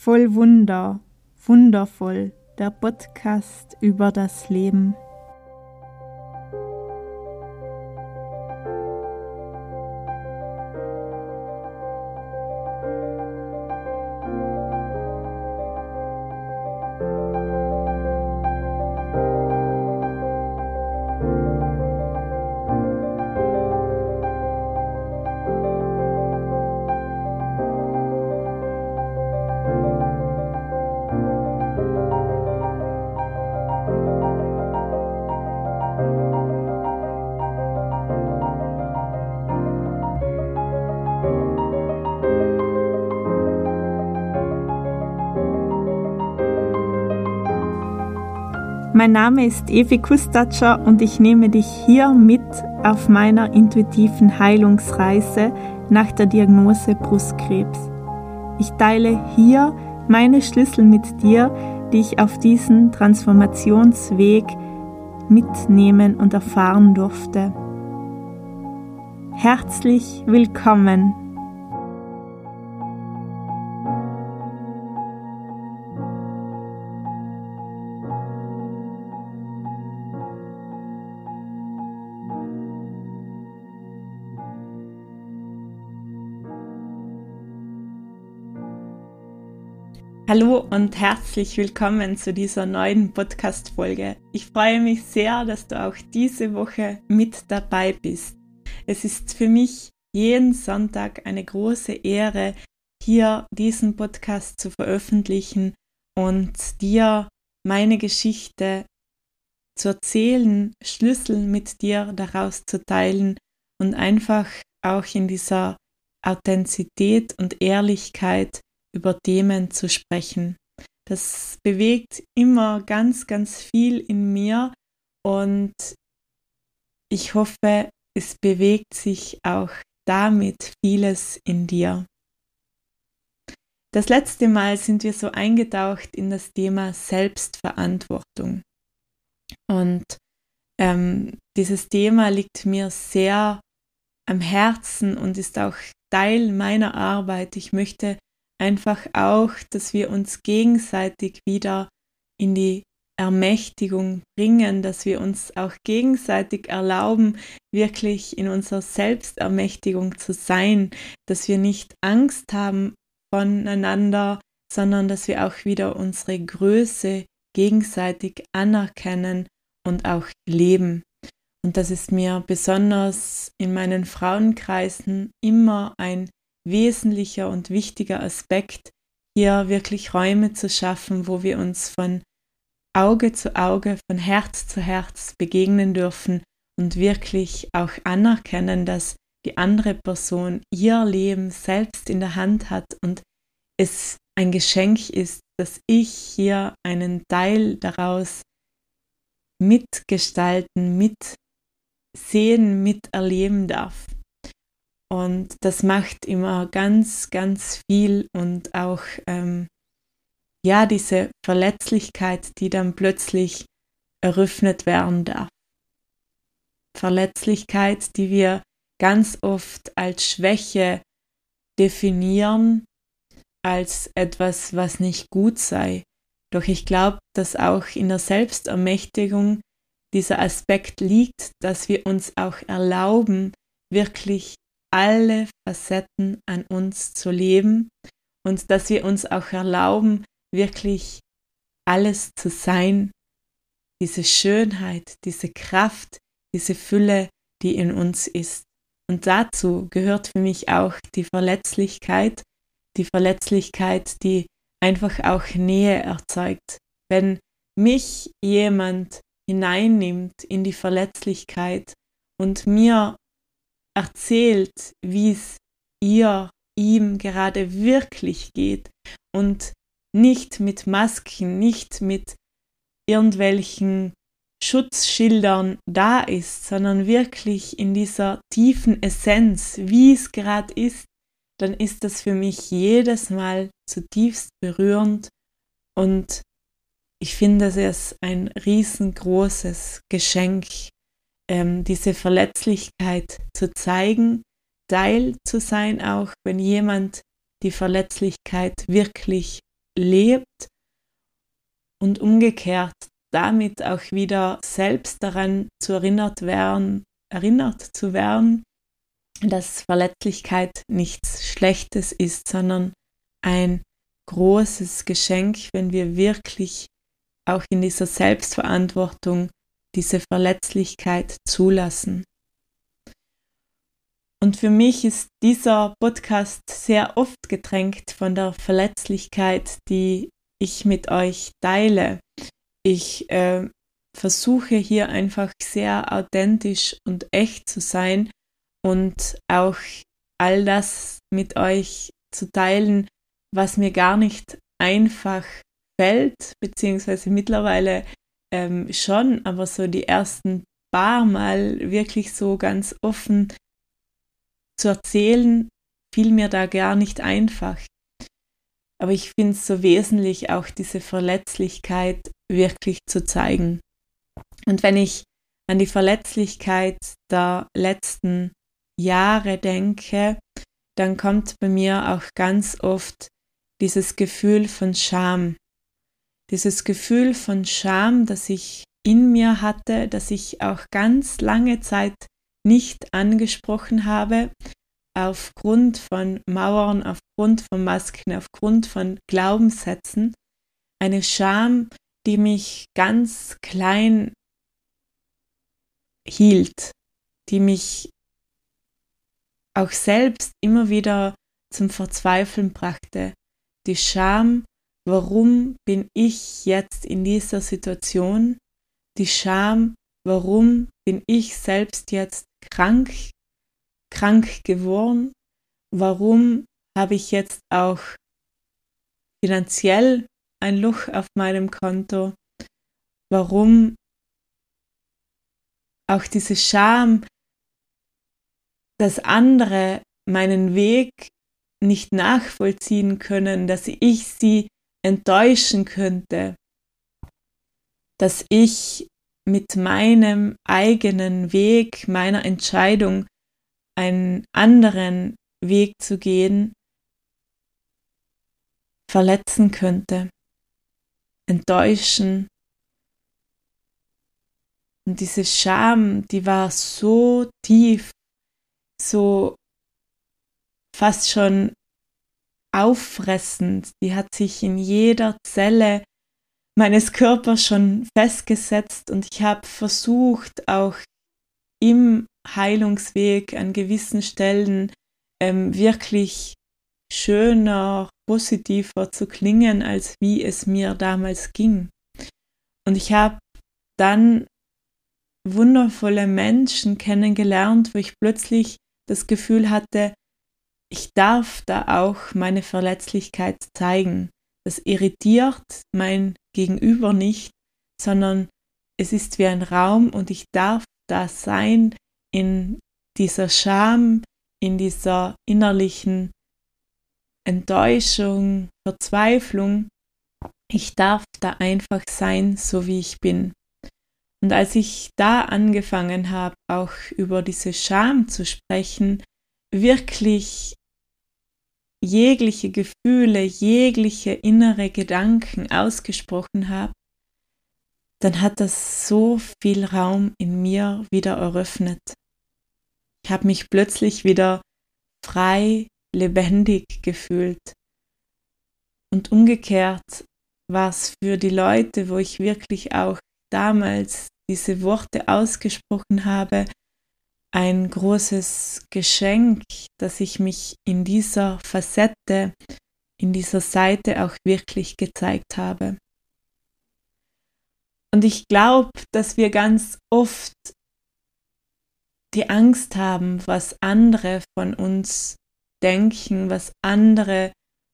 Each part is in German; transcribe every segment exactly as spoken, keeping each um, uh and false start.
Voll Wunder, wundervoll, der Podcast über das Leben. Mein Name ist Evi Kustatscher und ich nehme dich hier mit auf meiner intuitiven Heilungsreise nach der Diagnose Brustkrebs. Ich teile hier meine Schlüssel mit dir, die ich auf diesen Transformationsweg mitnehmen und erfahren durfte. Herzlich willkommen! Hallo und herzlich willkommen zu dieser neuen Podcast-Folge. Ich freue mich sehr, dass du auch diese Woche mit dabei bist. Es ist für mich jeden Sonntag eine große Ehre, hier diesen Podcast zu veröffentlichen und dir meine Geschichte zu erzählen, Schlüssel mit dir daraus zu teilen und einfach auch in dieser Authentizität und Ehrlichkeit über Themen zu sprechen. Das bewegt immer ganz, ganz viel in mir und ich hoffe, es bewegt sich auch damit vieles in dir. Das letzte Mal sind wir so eingetaucht in das Thema Selbstverantwortung und ähm, dieses Thema liegt mir sehr am Herzen und ist auch Teil meiner Arbeit. Ich möchte einfach auch, dass wir uns gegenseitig wieder in die Ermächtigung bringen, dass wir uns auch gegenseitig erlauben, wirklich in unserer Selbstermächtigung zu sein, dass wir nicht Angst haben voneinander, sondern dass wir auch wieder unsere Größe gegenseitig anerkennen und auch leben. Und das ist mir besonders in meinen Frauenkreisen immer ein wesentlicher und wichtiger Aspekt, hier wirklich Räume zu schaffen, wo wir uns von Auge zu Auge, von Herz zu Herz begegnen dürfen und wirklich auch anerkennen, dass die andere Person ihr Leben selbst in der Hand hat und es ein Geschenk ist, dass ich hier einen Teil daraus mitgestalten, mitsehen, miterleben darf. Und das macht immer ganz, ganz viel und auch ähm, ja diese Verletzlichkeit, die dann plötzlich eröffnet werden darf. Verletzlichkeit, die wir ganz oft als Schwäche definieren, als etwas, was nicht gut sei. Doch ich glaube, dass auch in der Selbstermächtigung dieser Aspekt liegt, dass wir uns auch erlauben, wirklich alle Facetten an uns zu leben und dass wir uns auch erlauben, wirklich alles zu sein, diese Schönheit, diese Kraft, diese Fülle, die in uns ist. Und dazu gehört für mich auch die Verletzlichkeit, die Verletzlichkeit, die einfach auch Nähe erzeugt. Wenn mich jemand hineinnimmt in die Verletzlichkeit und mir erzählt, wie es ihr, ihm gerade wirklich geht und nicht mit Masken, nicht mit irgendwelchen Schutzschildern da ist, sondern wirklich in dieser tiefen Essenz, wie es gerade ist, dann ist das für mich jedes Mal zutiefst berührend und ich finde es ein riesengroßes Geschenk, ähm, diese Verletzlichkeit zu zeigen, Teil zu sein, auch wenn jemand die Verletzlichkeit wirklich lebt und umgekehrt damit auch wieder selbst daran zu erinnert werden, erinnert zu werden, dass Verletzlichkeit nichts Schlechtes ist, sondern ein großes Geschenk, wenn wir wirklich auch in dieser Selbstverantwortung diese Verletzlichkeit zulassen. Und für mich ist dieser Podcast sehr oft getränkt von der Verletzlichkeit, die ich mit euch teile. Ich äh, versuche hier einfach sehr authentisch und echt zu sein und auch all das mit euch zu teilen, was mir gar nicht einfach fällt, beziehungsweise mittlerweile ähm, schon, aber so die ersten paar Mal wirklich so ganz offen zu erzählen, fiel mir da gar nicht einfach. Aber ich finde es so wesentlich, auch diese Verletzlichkeit wirklich zu zeigen. Und wenn ich an die Verletzlichkeit der letzten Jahre denke, dann kommt bei mir auch ganz oft dieses Gefühl von Scham. Dieses Gefühl von Scham, das ich in mir hatte, das ich auch ganz lange Zeit nicht angesprochen habe, aufgrund von Mauern, aufgrund von Masken, aufgrund von Glaubenssätzen. Eine Scham, die mich ganz klein hielt, die mich auch selbst immer wieder zum Verzweifeln brachte. Die Scham, warum bin ich jetzt in dieser Situation? Die Scham, warum bin ich selbst jetzt krank, krank geworden? Warum habe ich jetzt auch finanziell ein Loch auf meinem Konto? Warum auch diese Scham, dass andere meinen Weg nicht nachvollziehen können, dass ich sie enttäuschen könnte, dass ich mit meinem eigenen Weg, meiner Entscheidung, einen anderen Weg zu gehen, verletzen könnte, enttäuschen. Und diese Scham, die war so tief, so fast schon auffressend, die hat sich in jeder Zelle meines Körpers schon festgesetzt und ich habe versucht, auch im Heilungsweg an gewissen Stellen ähm, wirklich schöner, positiver zu klingen, als wie es mir damals ging. Und ich habe dann wundervolle Menschen kennengelernt, wo ich plötzlich das Gefühl hatte, ich darf da auch meine Verletzlichkeit zeigen. Das irritiert mein Gegenüber nicht, sondern es ist wie ein Raum und ich darf da sein in dieser Scham, in dieser innerlichen Enttäuschung, Verzweiflung. Ich darf da einfach sein, so wie ich bin. Und als ich da angefangen habe, auch über diese Scham zu sprechen, wirklich jegliche Gefühle, jegliche innere Gedanken ausgesprochen habe, dann hat das so viel Raum in mir wieder eröffnet. Ich habe mich plötzlich wieder frei, lebendig gefühlt. Und umgekehrt war es für die Leute, wo ich wirklich auch damals diese Worte ausgesprochen habe, ein großes Geschenk, dass ich mich in dieser Facette, in dieser Seite auch wirklich gezeigt habe. Und ich glaube, dass wir ganz oft die Angst haben, was andere von uns denken, was andere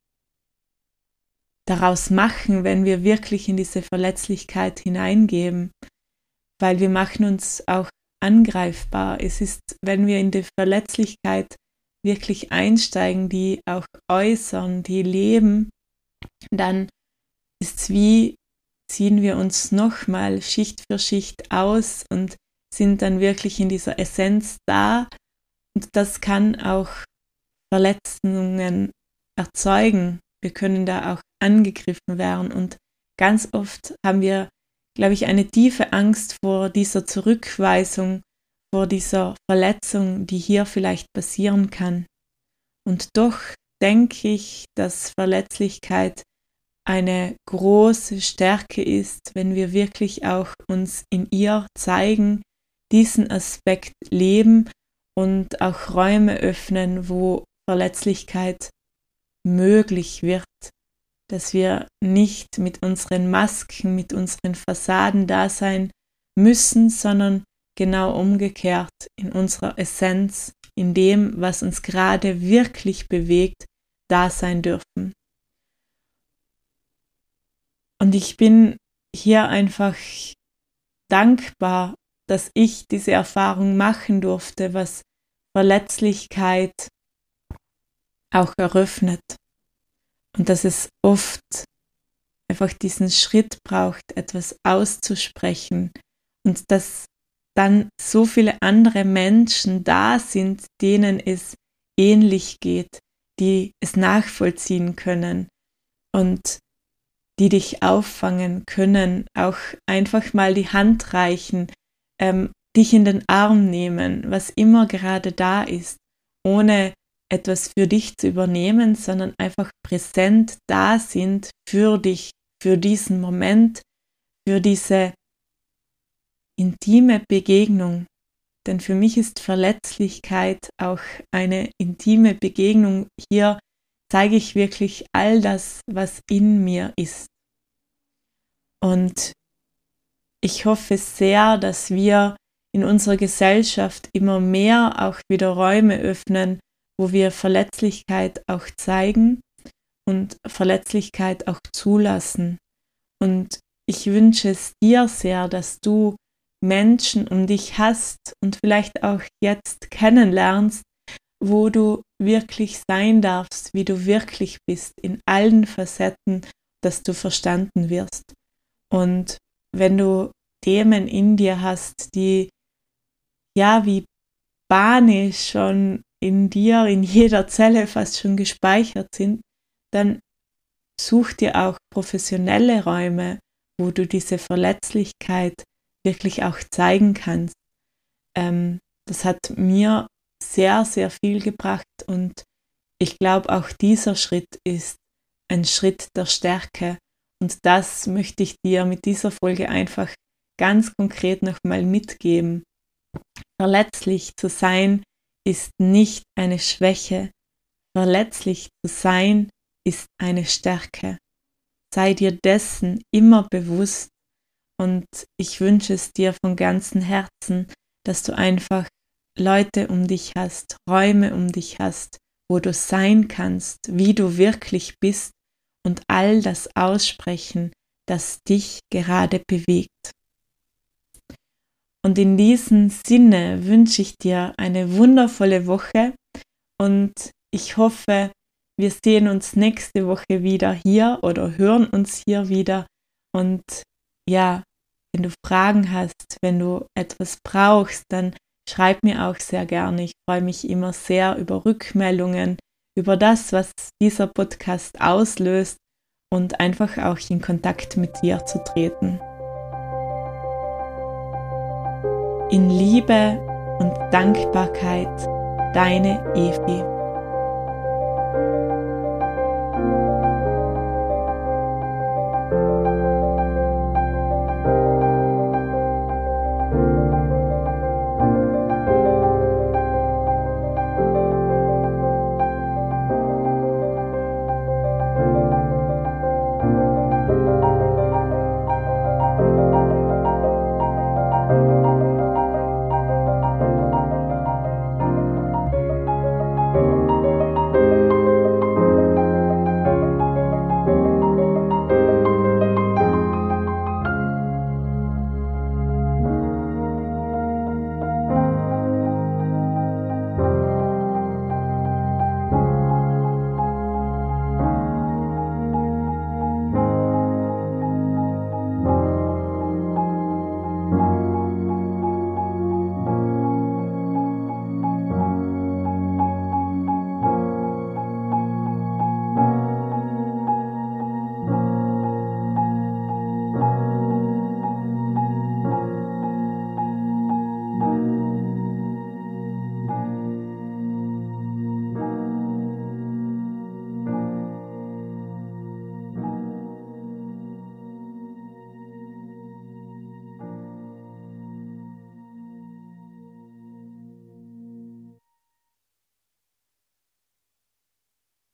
daraus machen, wenn wir wirklich in diese Verletzlichkeit hineingeben, weil wir machen uns auch angreifbar. Es ist, wenn wir in die Verletzlichkeit wirklich einsteigen, die auch äußern, die leben, dann ist es wie, ziehen wir uns nochmal Schicht für Schicht aus und sind dann wirklich in dieser Essenz da. Und das kann auch Verletzungen erzeugen, wir können da auch angegriffen werden. Und ganz oft haben wir, glaube ich, eine tiefe Angst vor dieser Zurückweisung, vor dieser Verletzung, die hier vielleicht passieren kann. Und doch denke ich, dass Verletzlichkeit eine große Stärke ist, wenn wir wirklich auch uns in ihr zeigen, diesen Aspekt leben und auch Räume öffnen, wo Verletzlichkeit möglich wird, dass wir nicht mit unseren Masken, mit unseren Fassaden da sein müssen, sondern genau umgekehrt in unserer Essenz, in dem, was uns gerade wirklich bewegt, da sein dürfen. Und ich bin hier einfach dankbar, dass ich diese Erfahrung machen durfte, was Verletzlichkeit auch eröffnet. Und dass es oft einfach diesen Schritt braucht, etwas auszusprechen. Und dass dann so viele andere Menschen da sind, denen es ähnlich geht, die es nachvollziehen können und die dich auffangen können, auch einfach mal die Hand reichen, ähm, dich in den Arm nehmen, was immer gerade da ist, ohne etwas für dich zu übernehmen, sondern einfach präsent da sind für dich, für diesen Moment, für diese intime Begegnung. Denn für mich ist Verletzlichkeit auch eine intime Begegnung. Hier zeige ich wirklich all das, was in mir ist. Und ich hoffe sehr, dass wir in unserer Gesellschaft immer mehr auch wieder Räume öffnen, wo wir Verletzlichkeit auch zeigen und Verletzlichkeit auch zulassen. Und ich wünsche es dir sehr, dass du Menschen um dich hast und vielleicht auch jetzt kennenlernst, wo du wirklich sein darfst, wie du wirklich bist, in allen Facetten, dass du verstanden wirst. Und wenn du Themen in dir hast, die ja wie Bahne schon in dir, in jeder Zelle fast schon gespeichert sind, dann such dir auch professionelle Räume, wo du diese Verletzlichkeit wirklich auch zeigen kannst. Ähm, das hat mir sehr, sehr viel gebracht und ich glaube, auch dieser Schritt ist ein Schritt der Stärke. Und das möchte ich dir mit dieser Folge einfach ganz konkret nochmal mitgeben. Verletzlich zu sein ist nicht eine Schwäche. Verletzlich zu sein ist eine Stärke. Sei dir dessen immer bewusst und ich wünsche es dir von ganzem Herzen, dass du einfach Leute um dich hast, Räume um dich hast, wo du sein kannst, wie du wirklich bist und all das aussprechen, das dich gerade bewegt. Und in diesem Sinne wünsche ich dir eine wundervolle Woche und ich hoffe, wir sehen uns nächste Woche wieder hier oder hören uns hier wieder. Und ja, wenn du Fragen hast, wenn du etwas brauchst, dann schreib mir auch sehr gerne. Ich freue mich immer sehr über Rückmeldungen, über das, was dieser Podcast auslöst und einfach auch in Kontakt mit dir zu treten. In Liebe und Dankbarkeit, deine Evi.